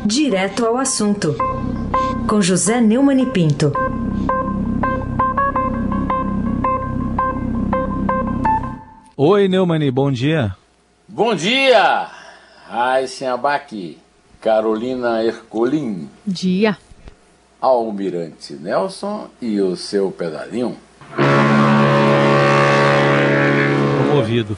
Direto ao assunto, com José Neumann e Pinto. Oi, Neumann, bom dia. Bom dia, Raíssa Abac, Carolina Ercolim. Dia. Almirante Nelson e o seu pedalinho. Comovido.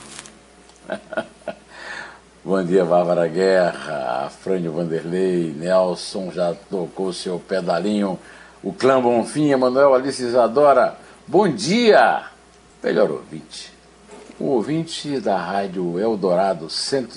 Bom dia, Bárbara Guerra, Afrânio Vanderlei, Nelson já tocou seu pedalinho, o Clã Bonfim, Emanuel, Alice Isadora. Bom dia, melhor ouvinte. O ouvinte da Rádio Eldorado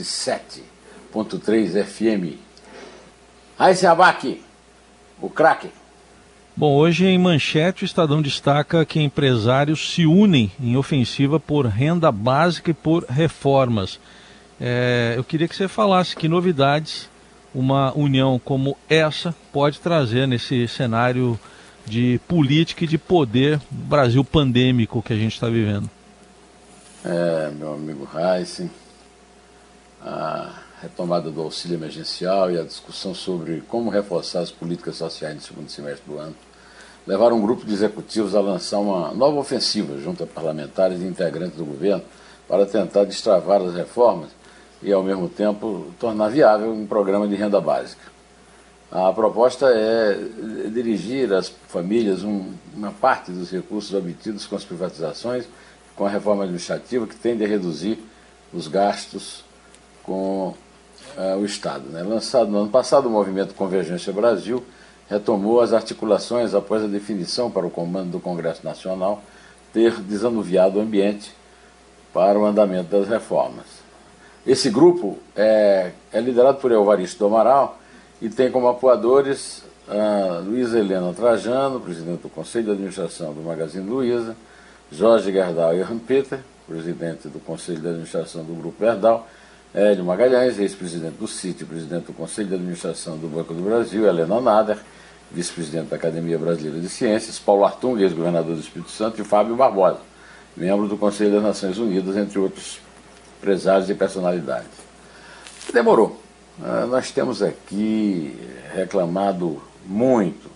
107.3 FM. Raíssa Abac, o craque. Bom, hoje em manchete o Estadão destaca que empresários se unem em ofensiva por renda básica e por reformas. Eu queria que você falasse que novidades uma união como essa pode trazer nesse cenário de política e de poder Brasil pandêmico que a gente está vivendo. Meu amigo Raíssa, a retomada do auxílio emergencial e a discussão sobre como reforçar as políticas sociais no segundo semestre do ano levaram um grupo de executivos a lançar uma nova ofensiva junto a parlamentares e integrantes do governo para tentar destravar as reformas e, ao mesmo tempo, tornar viável um programa de renda básica. A proposta é dirigir às famílias uma parte dos recursos obtidos com as privatizações, com a reforma administrativa, que tende a reduzir os gastos com o Estado. Lançado no ano passado, o movimento Convergência Brasil retomou as articulações após a definição para o comando do Congresso Nacional ter desanuviado o ambiente para o andamento das reformas. Esse grupo é liderado por Evaristo do Amaral e tem como apoiadores Luísa Helena Trajano, presidente do Conselho de Administração do Magazine Luiza, Jorge Gerdau e Johan Peter, presidente do Conselho de Administração do Grupo Gerdau, Hélio Magalhães, ex-presidente do CIT, presidente do Conselho de Administração do Banco do Brasil, Helena Nader, vice-presidente da Academia Brasileira de Ciências, Paulo Artung, ex-governador do Espírito Santo, e Fábio Barbosa, membro do Conselho das Nações Unidas, entre outros empresários e personalidades. Demorou. Nós temos aqui reclamado muito,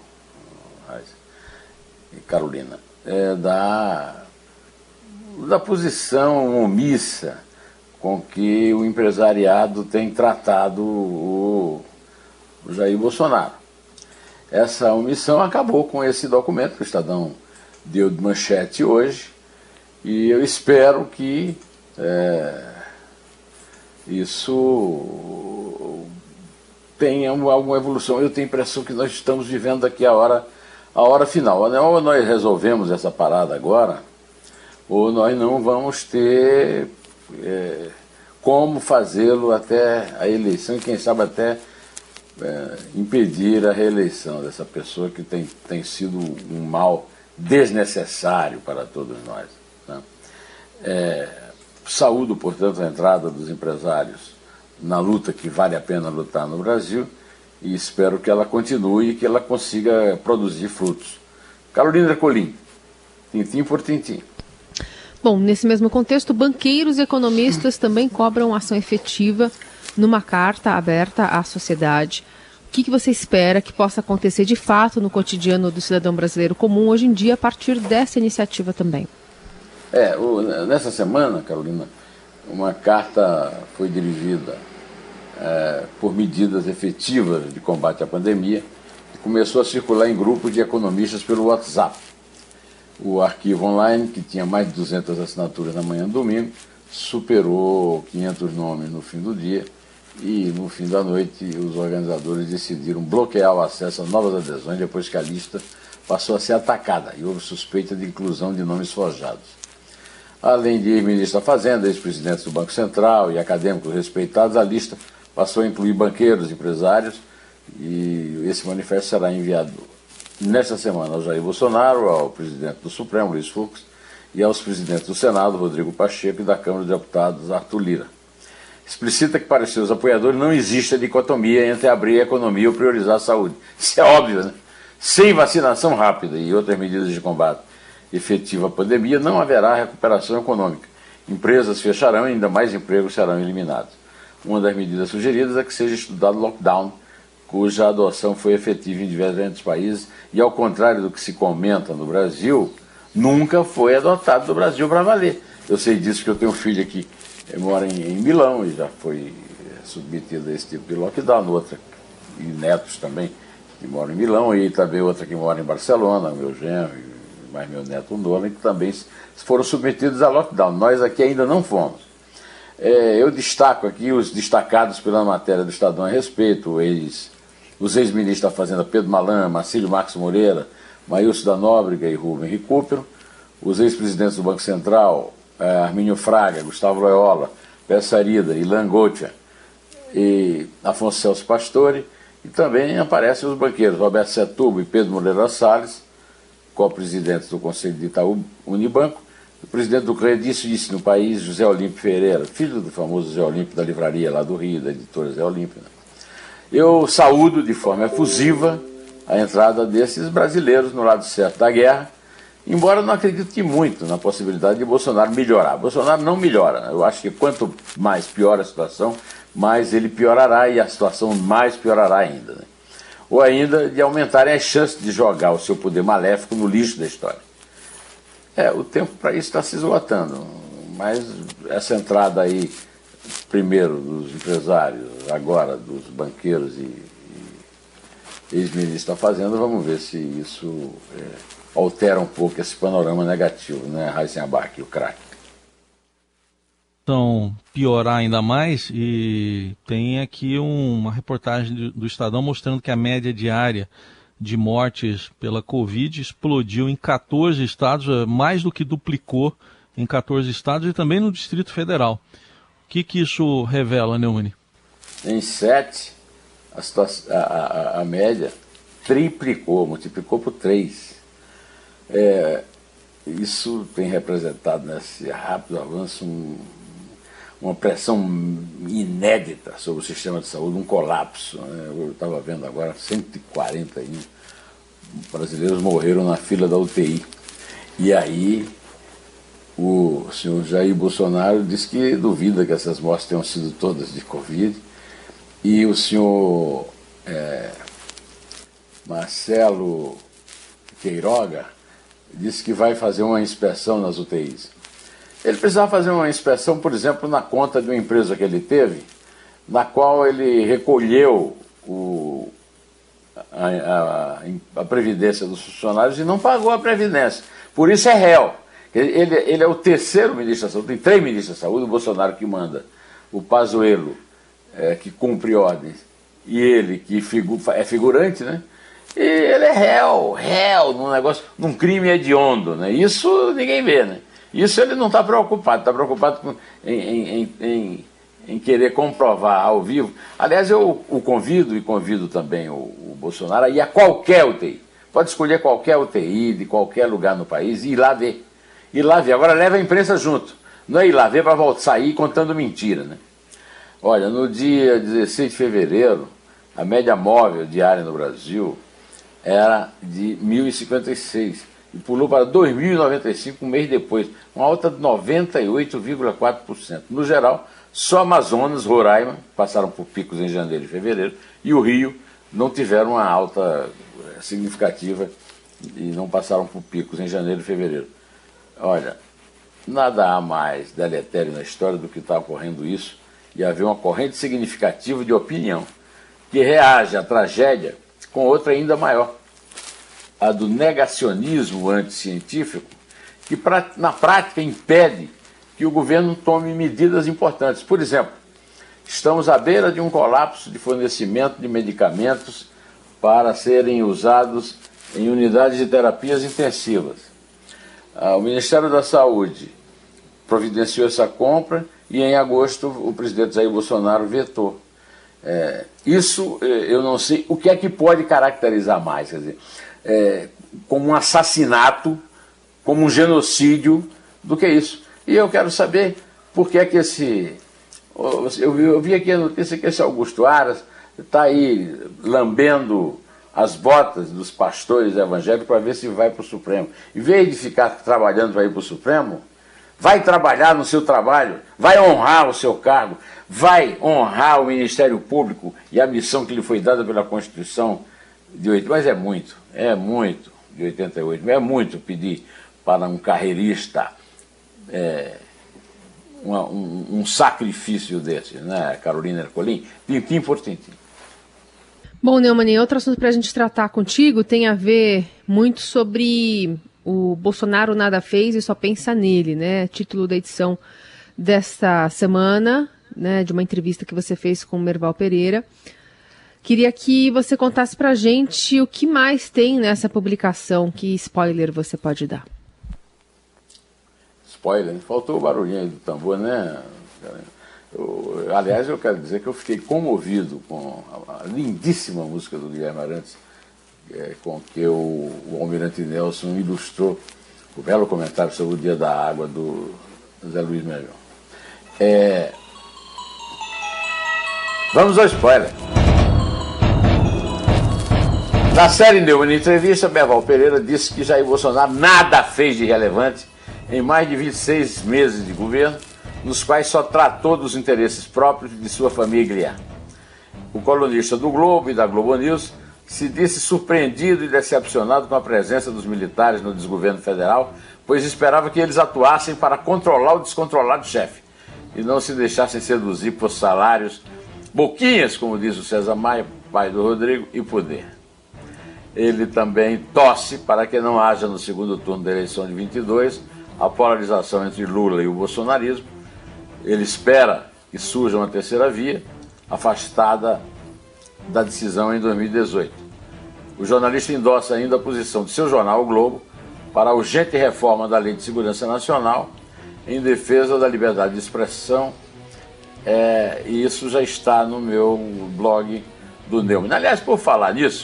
Carolina, da posição omissa com que o empresariado tem tratado o Jair Bolsonaro. Essa omissão acabou com esse documento que o Estadão deu de manchete hoje, e eu espero que isso tenha alguma evolução. Eu tenho a impressão que nós estamos vivendo aqui a hora final. Ou nós resolvemos essa parada agora, ou nós não vamos ter como fazê-lo até a eleição e quem sabe até impedir a reeleição dessa pessoa que tem sido um mal desnecessário para todos nós. Né? Saúdo, portanto, a entrada dos empresários na luta que vale a pena lutar no Brasil e espero que ela continue e que ela consiga produzir frutos. Carolina Ercolim, tintim por tintim. Bom, nesse mesmo contexto, banqueiros e economistas também cobram ação efetiva numa carta aberta à sociedade. O que você espera que possa acontecer de fato no cotidiano do cidadão brasileiro comum hoje em dia a partir dessa iniciativa também? Nessa semana, Carolina, uma carta foi dirigida por medidas efetivas de combate à pandemia e começou a circular em grupos de economistas pelo WhatsApp. O arquivo online, que tinha mais de 200 assinaturas na manhã do domingo, superou 500 nomes no fim do dia e, no fim da noite, os organizadores decidiram bloquear o acesso a novas adesões depois que a lista passou a ser atacada e houve suspeita de inclusão de nomes forjados. Além de ex-ministro da Fazenda, ex-presidentes do Banco Central e acadêmicos respeitados, a lista passou a incluir banqueiros, empresários, e esse manifesto será enviado nesta semana ao Jair Bolsonaro, ao presidente do Supremo, Luiz Fux, e aos presidentes do Senado, Rodrigo Pacheco, e da Câmara dos Deputados, Arthur Lira. Explicita que para seus apoiadores não existe a dicotomia entre abrir a economia ou priorizar a saúde. Isso é óbvio, né? Sem vacinação rápida e outras medidas de combate efetiva à pandemia, não haverá recuperação econômica. Empresas fecharão e ainda mais empregos serão eliminados. Uma das medidas sugeridas é que seja estudado lockdown cuja adoção foi efetiva em diversos países e, ao contrário do que se comenta no Brasil, nunca foi adotado no Brasil para valer. Eu sei disso porque eu tenho um filho que mora em Milão e já foi submetido a esse tipo de lockdown, outra, e netos também que moram em Milão, e também outra que mora em Barcelona, meu genro, mais meu neto Nolan, que também foram submetidos a lockdown. Nós aqui ainda não fomos. Eu destaco aqui os destacados pela matéria do Estadão a respeito, os ex-ministros da Fazenda Pedro Malan, Marcílio Marques Moreira, Maílson da Nóbrega e Rubem Recupero, os ex-presidentes do Banco Central, Armínio Fraga, Gustavo Loyola, Pessarida, Ilan Gotia e Afonso Celso Pastore, e também aparecem os banqueiros Roberto Setúbal e Pedro Moreira Salles, co-presidentes do Conselho de Itaú Unibanco, o presidente do Credício no país, José Olímpio Ferreira, filho do famoso José Olímpio da livraria lá do Rio, da editora José Olímpio. Eu saúdo de forma efusiva a entrada desses brasileiros no lado certo da guerra, embora não acredite muito na possibilidade de Bolsonaro melhorar. Bolsonaro não melhora. Eu acho que quanto mais piora a situação, mais ele piorará e a situação mais piorará ainda. Né? Ou ainda de aumentarem as chances de jogar o seu poder maléfico no lixo da história. O tempo para isso está se esgotando, mas essa entrada aí, primeiro dos empresários, agora dos banqueiros e ex-ministros da Fazenda, vamos ver se isso altera um pouco esse panorama negativo, né, Raíssen Abac, o craque. Então, piorar ainda mais, e tem aqui uma reportagem do Estadão mostrando que a média diária de mortes pela Covid explodiu em 14 estados, mais do que duplicou em 14 estados e também no Distrito Federal. O que isso revela, Neumann? Em 7, a média triplicou, multiplicou por 3. Isso tem representado nesse rápido avanço uma pressão inédita sobre o sistema de saúde, um colapso. Eu estava vendo agora 141 brasileiros morreram na fila da UTI. E aí o senhor Jair Bolsonaro disse que duvida que essas mortes tenham sido todas de Covid. E o senhor Marcelo Queiroga disse que vai fazer uma inspeção nas UTIs. Ele precisava fazer uma inspeção, por exemplo, na conta de uma empresa que ele teve, na qual ele recolheu a previdência dos funcionários e não pagou a previdência. Por isso é réu. Ele é o terceiro ministro da Saúde, tem 3 ministros da Saúde, o Bolsonaro que manda, o Pazuello, que cumpre ordens, e ele que é figurante, né? E ele é réu num crime hediondo, né? Isso ninguém vê, né? Isso ele não está preocupado em querer comprovar ao vivo. Aliás, eu o convido e convido também o Bolsonaro a ir a qualquer UTI. Pode escolher qualquer UTI de qualquer lugar no país e ir lá ver. Agora leva a imprensa junto. Não é ir lá ver para sair contando mentira, né? Olha, no dia 16 de fevereiro, a média móvel diária no Brasil era de 1.056. E pulou para 2.095 um mês depois, uma alta de 98,4%. No geral, só Amazonas, Roraima, passaram por picos em janeiro e fevereiro, e o Rio não tiveram uma alta significativa e não passaram por picos em janeiro e fevereiro. Olha, nada há mais deletério na história do que está ocorrendo isso, e haver uma corrente significativa de opinião que reage à tragédia com outra ainda maior, a do negacionismo anticientífico, que na prática impede que o governo tome medidas importantes. Por exemplo, estamos à beira de um colapso de fornecimento de medicamentos para serem usados em unidades de terapias intensivas. O Ministério da Saúde providenciou essa compra e em agosto o presidente Jair Bolsonaro vetou. Isso eu não sei o que é que pode caracterizar mais, quer dizer, como um assassinato, como um genocídio, do que isso. E eu quero saber por que é que eu vi aqui a notícia que esse Augusto Aras está aí lambendo as botas dos pastores evangélicos para ver se vai para o Supremo. Em vez de ficar trabalhando para ir para o Supremo, vai trabalhar no seu trabalho, vai honrar o seu cargo, vai honrar o Ministério Público e a missão que lhe foi dada pela Constituição de 88. Mas é muito, de 88, é muito pedir para um carreirista um sacrifício desse, né, Carolina Ercolim? Tintim por tintim. Bom, Neumann, outro assunto para a gente tratar contigo tem a ver muito sobre o Bolsonaro nada fez e só pensa nele, né? Título da edição desta semana, né, de uma entrevista que você fez com o Merval Pereira. Queria que você contasse para a gente o que mais tem nessa publicação, que spoiler você pode dar. Spoiler, faltou o barulhinho aí do tambor, né? Aliás, eu quero dizer que eu fiquei comovido com a lindíssima música do Guilherme Arantes, com que o Almirante Nelson ilustrou o belo comentário sobre o Dia da Água do Zé Luiz Melhor. Vamos ao spoiler. Na série Neumann Entrevista, Merval Pereira disse que Jair Bolsonaro nada fez de relevante em mais de 26 meses de governo, nos quais só tratou dos interesses próprios de sua família. O colunista do Globo e da Globo News se disse surpreendido e decepcionado com a presença dos militares no desgoverno federal, pois esperava que eles atuassem para controlar o descontrolado chefe e não se deixassem seduzir por salários, boquinhas, como diz o César Maia, pai do Rodrigo, e poder. Ele também torce para que não haja no segundo turno da eleição de 22 a polarização entre Lula e o bolsonarismo. Ele espera que surja uma terceira via, afastada da decisão em 2018. O jornalista endossa ainda a posição de seu jornal, O Globo, para a urgente reforma da Lei de Segurança Nacional em defesa da liberdade de expressão, e isso já está no meu blog do Neumann. Aliás, por falar nisso,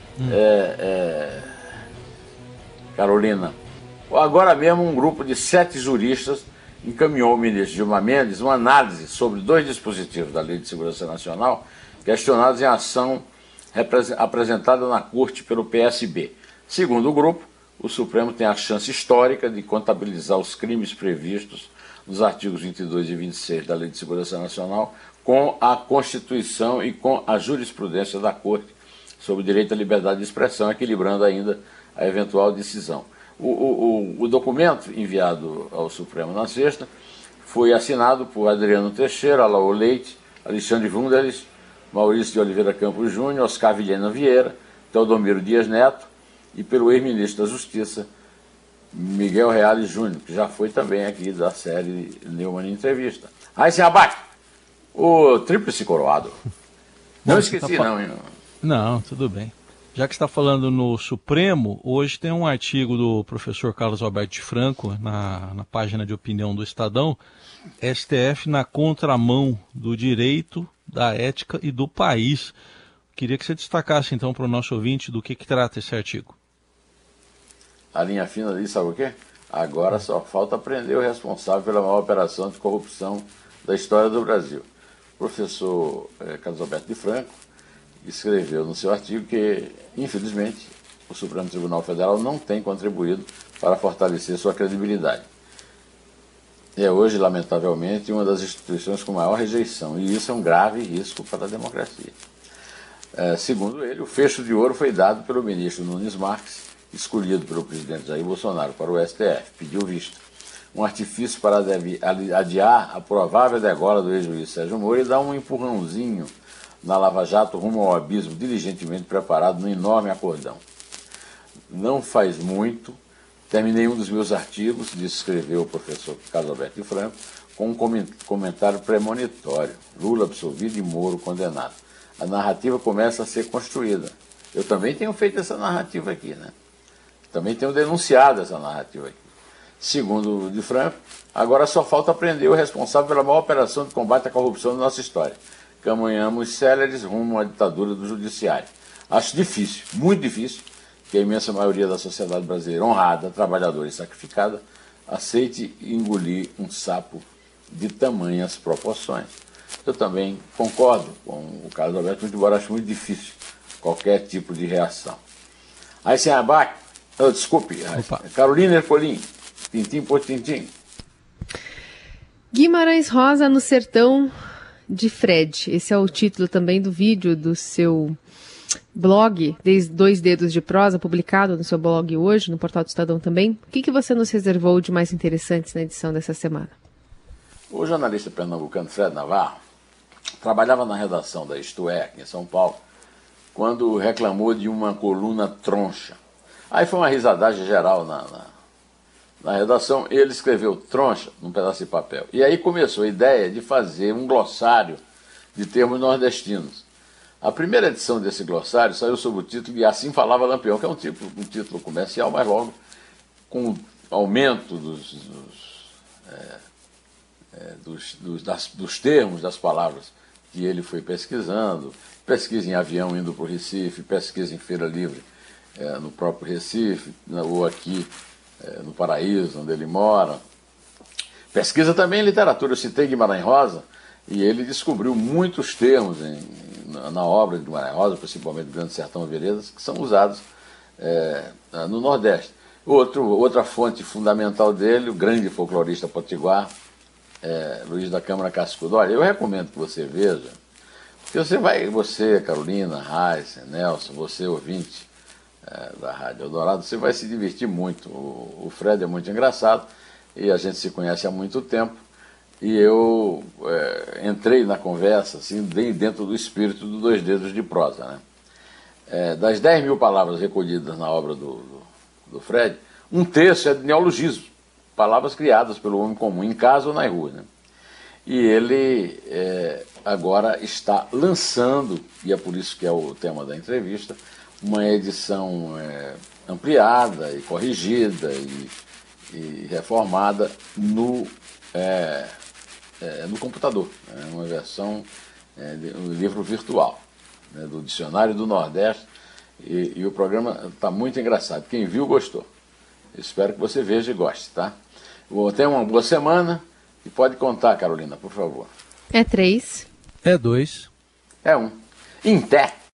Carolina, agora mesmo um grupo de 7 juristas encaminhou ao ministro Gilmar Mendes uma análise sobre 2 dispositivos da Lei de Segurança Nacional questionados em ação apresentada na Corte pelo PSB. Segundo o grupo, o Supremo tem a chance histórica de contabilizar os crimes previstos nos artigos 22 e 26 da Lei de Segurança Nacional com a Constituição e com a jurisprudência da Corte sobre o direito à liberdade de expressão, equilibrando ainda a eventual decisão. O documento enviado ao Supremo na sexta foi assinado por Adriano Teixeira, Alaô Leite, Alexandre Wunderlich, Maurício de Oliveira Campos Júnior, Oscar Vilhena Vieira, Teodomiro Dias Neto e pelo ex-ministro da Justiça, Miguel Reale Júnior, que já foi também aqui da série Neumann Entrevista. Aí se abate o tríplice coroado. Não esqueci, não, hein? Não, tudo bem. Já que está falando no Supremo, hoje tem um artigo do professor Carlos Alberto de Franco na página de opinião do Estadão, STF na contramão do direito, da ética e do país. Queria que você destacasse então para o nosso ouvinte do que trata esse artigo. A linha fina ali, sabe o quê? Agora só falta prender o responsável pela maior operação de corrupção da história do Brasil. O professor Carlos Alberto de Franco escreveu no seu artigo que, infelizmente, o Supremo Tribunal Federal não tem contribuído para fortalecer sua credibilidade. É hoje, lamentavelmente, uma das instituições com maior rejeição, e isso é um grave risco para a democracia. Segundo ele, o fecho de ouro foi dado pelo ministro Nunes Marques, escolhido pelo presidente Jair Bolsonaro para o STF, pediu visto. Um artifício para adiar a provável degola do ex-juiz Sérgio Moro e dar um empurrãozinho na Lava Jato rumo ao abismo diligentemente preparado no enorme acordão. Não faz muito, terminei um dos meus artigos, escreveu o professor Carlos Alberto de Franco, com um comentário premonitório: Lula absolvido e Moro condenado. A narrativa começa a ser construída. Eu também tenho feito essa narrativa aqui, né? Também tenho denunciado essa narrativa aqui. Segundo de Franco, agora só falta prender o responsável pela maior operação de combate à corrupção da nossa história. Caminhamos céleres rumo à ditadura do judiciário. Acho difícil, muito difícil, que a imensa maioria da sociedade brasileira, honrada, trabalhadora e sacrificada, aceite engolir um sapo de tamanhas proporções. Eu também concordo com o Carlos Alberto, muito embora acho muito difícil qualquer tipo de reação. Aí sem abaque, desculpe, Carolina Ercolim, tintim por tintim. Guimarães Rosa no sertão de Fred. Esse é o título também do vídeo do seu blog, Dois Dedos de Prosa, publicado no seu blog hoje, no Portal do Estadão também. O que você nos reservou de mais interessante na edição dessa semana? O jornalista pernambucano Fred Navarro trabalhava na redação da Isto É, aqui em São Paulo, quando reclamou de uma coluna troncha. Aí foi uma risadagem geral na redação. Ele escreveu troncha num pedaço de papel. E aí começou a ideia de fazer um glossário de termos nordestinos. A primeira edição desse glossário saiu sob o título E Assim Falava Lampião, que é um título comercial, mas logo com o aumento dos termos, das palavras que ele foi pesquisando, pesquisa em avião indo para o Recife, pesquisa em Feira Livre no próprio Recife, ou aqui no Paraíso, onde ele mora. Pesquisa também em literatura. Eu citei Guimarães Rosa e ele descobriu muitos termos na obra de Guimarães Rosa, principalmente do Grande Sertão Veredas, que são usados no Nordeste. Outra fonte fundamental dele, o grande folclorista potiguar, Luiz da Câmara Cascudo. Olha, eu recomendo que você veja, porque você, Carolina, Raíssa, Nelson, você ouvinte da Rádio Eldorado, você vai se divertir muito. O Fred é muito engraçado e a gente se conhece há muito tempo. E eu entrei na conversa assim, dentro do espírito do Dois Dedos de Prosa, né? Das 10 mil palavras recolhidas na obra do Fred, um terço é de neologismo, palavras criadas pelo homem comum, em casa ou na rua, né? E ele agora está lançando, e é por isso que é o tema da entrevista, uma edição ampliada e corrigida e reformada no computador, uma versão do livro virtual, né, do Dicionário do Nordeste, e o programa está muito engraçado. Quem viu, gostou. Espero que você veja e goste, tá? Tenha uma boa semana e pode contar, Carolina, por favor. É 3. É 2. É 1. Em té.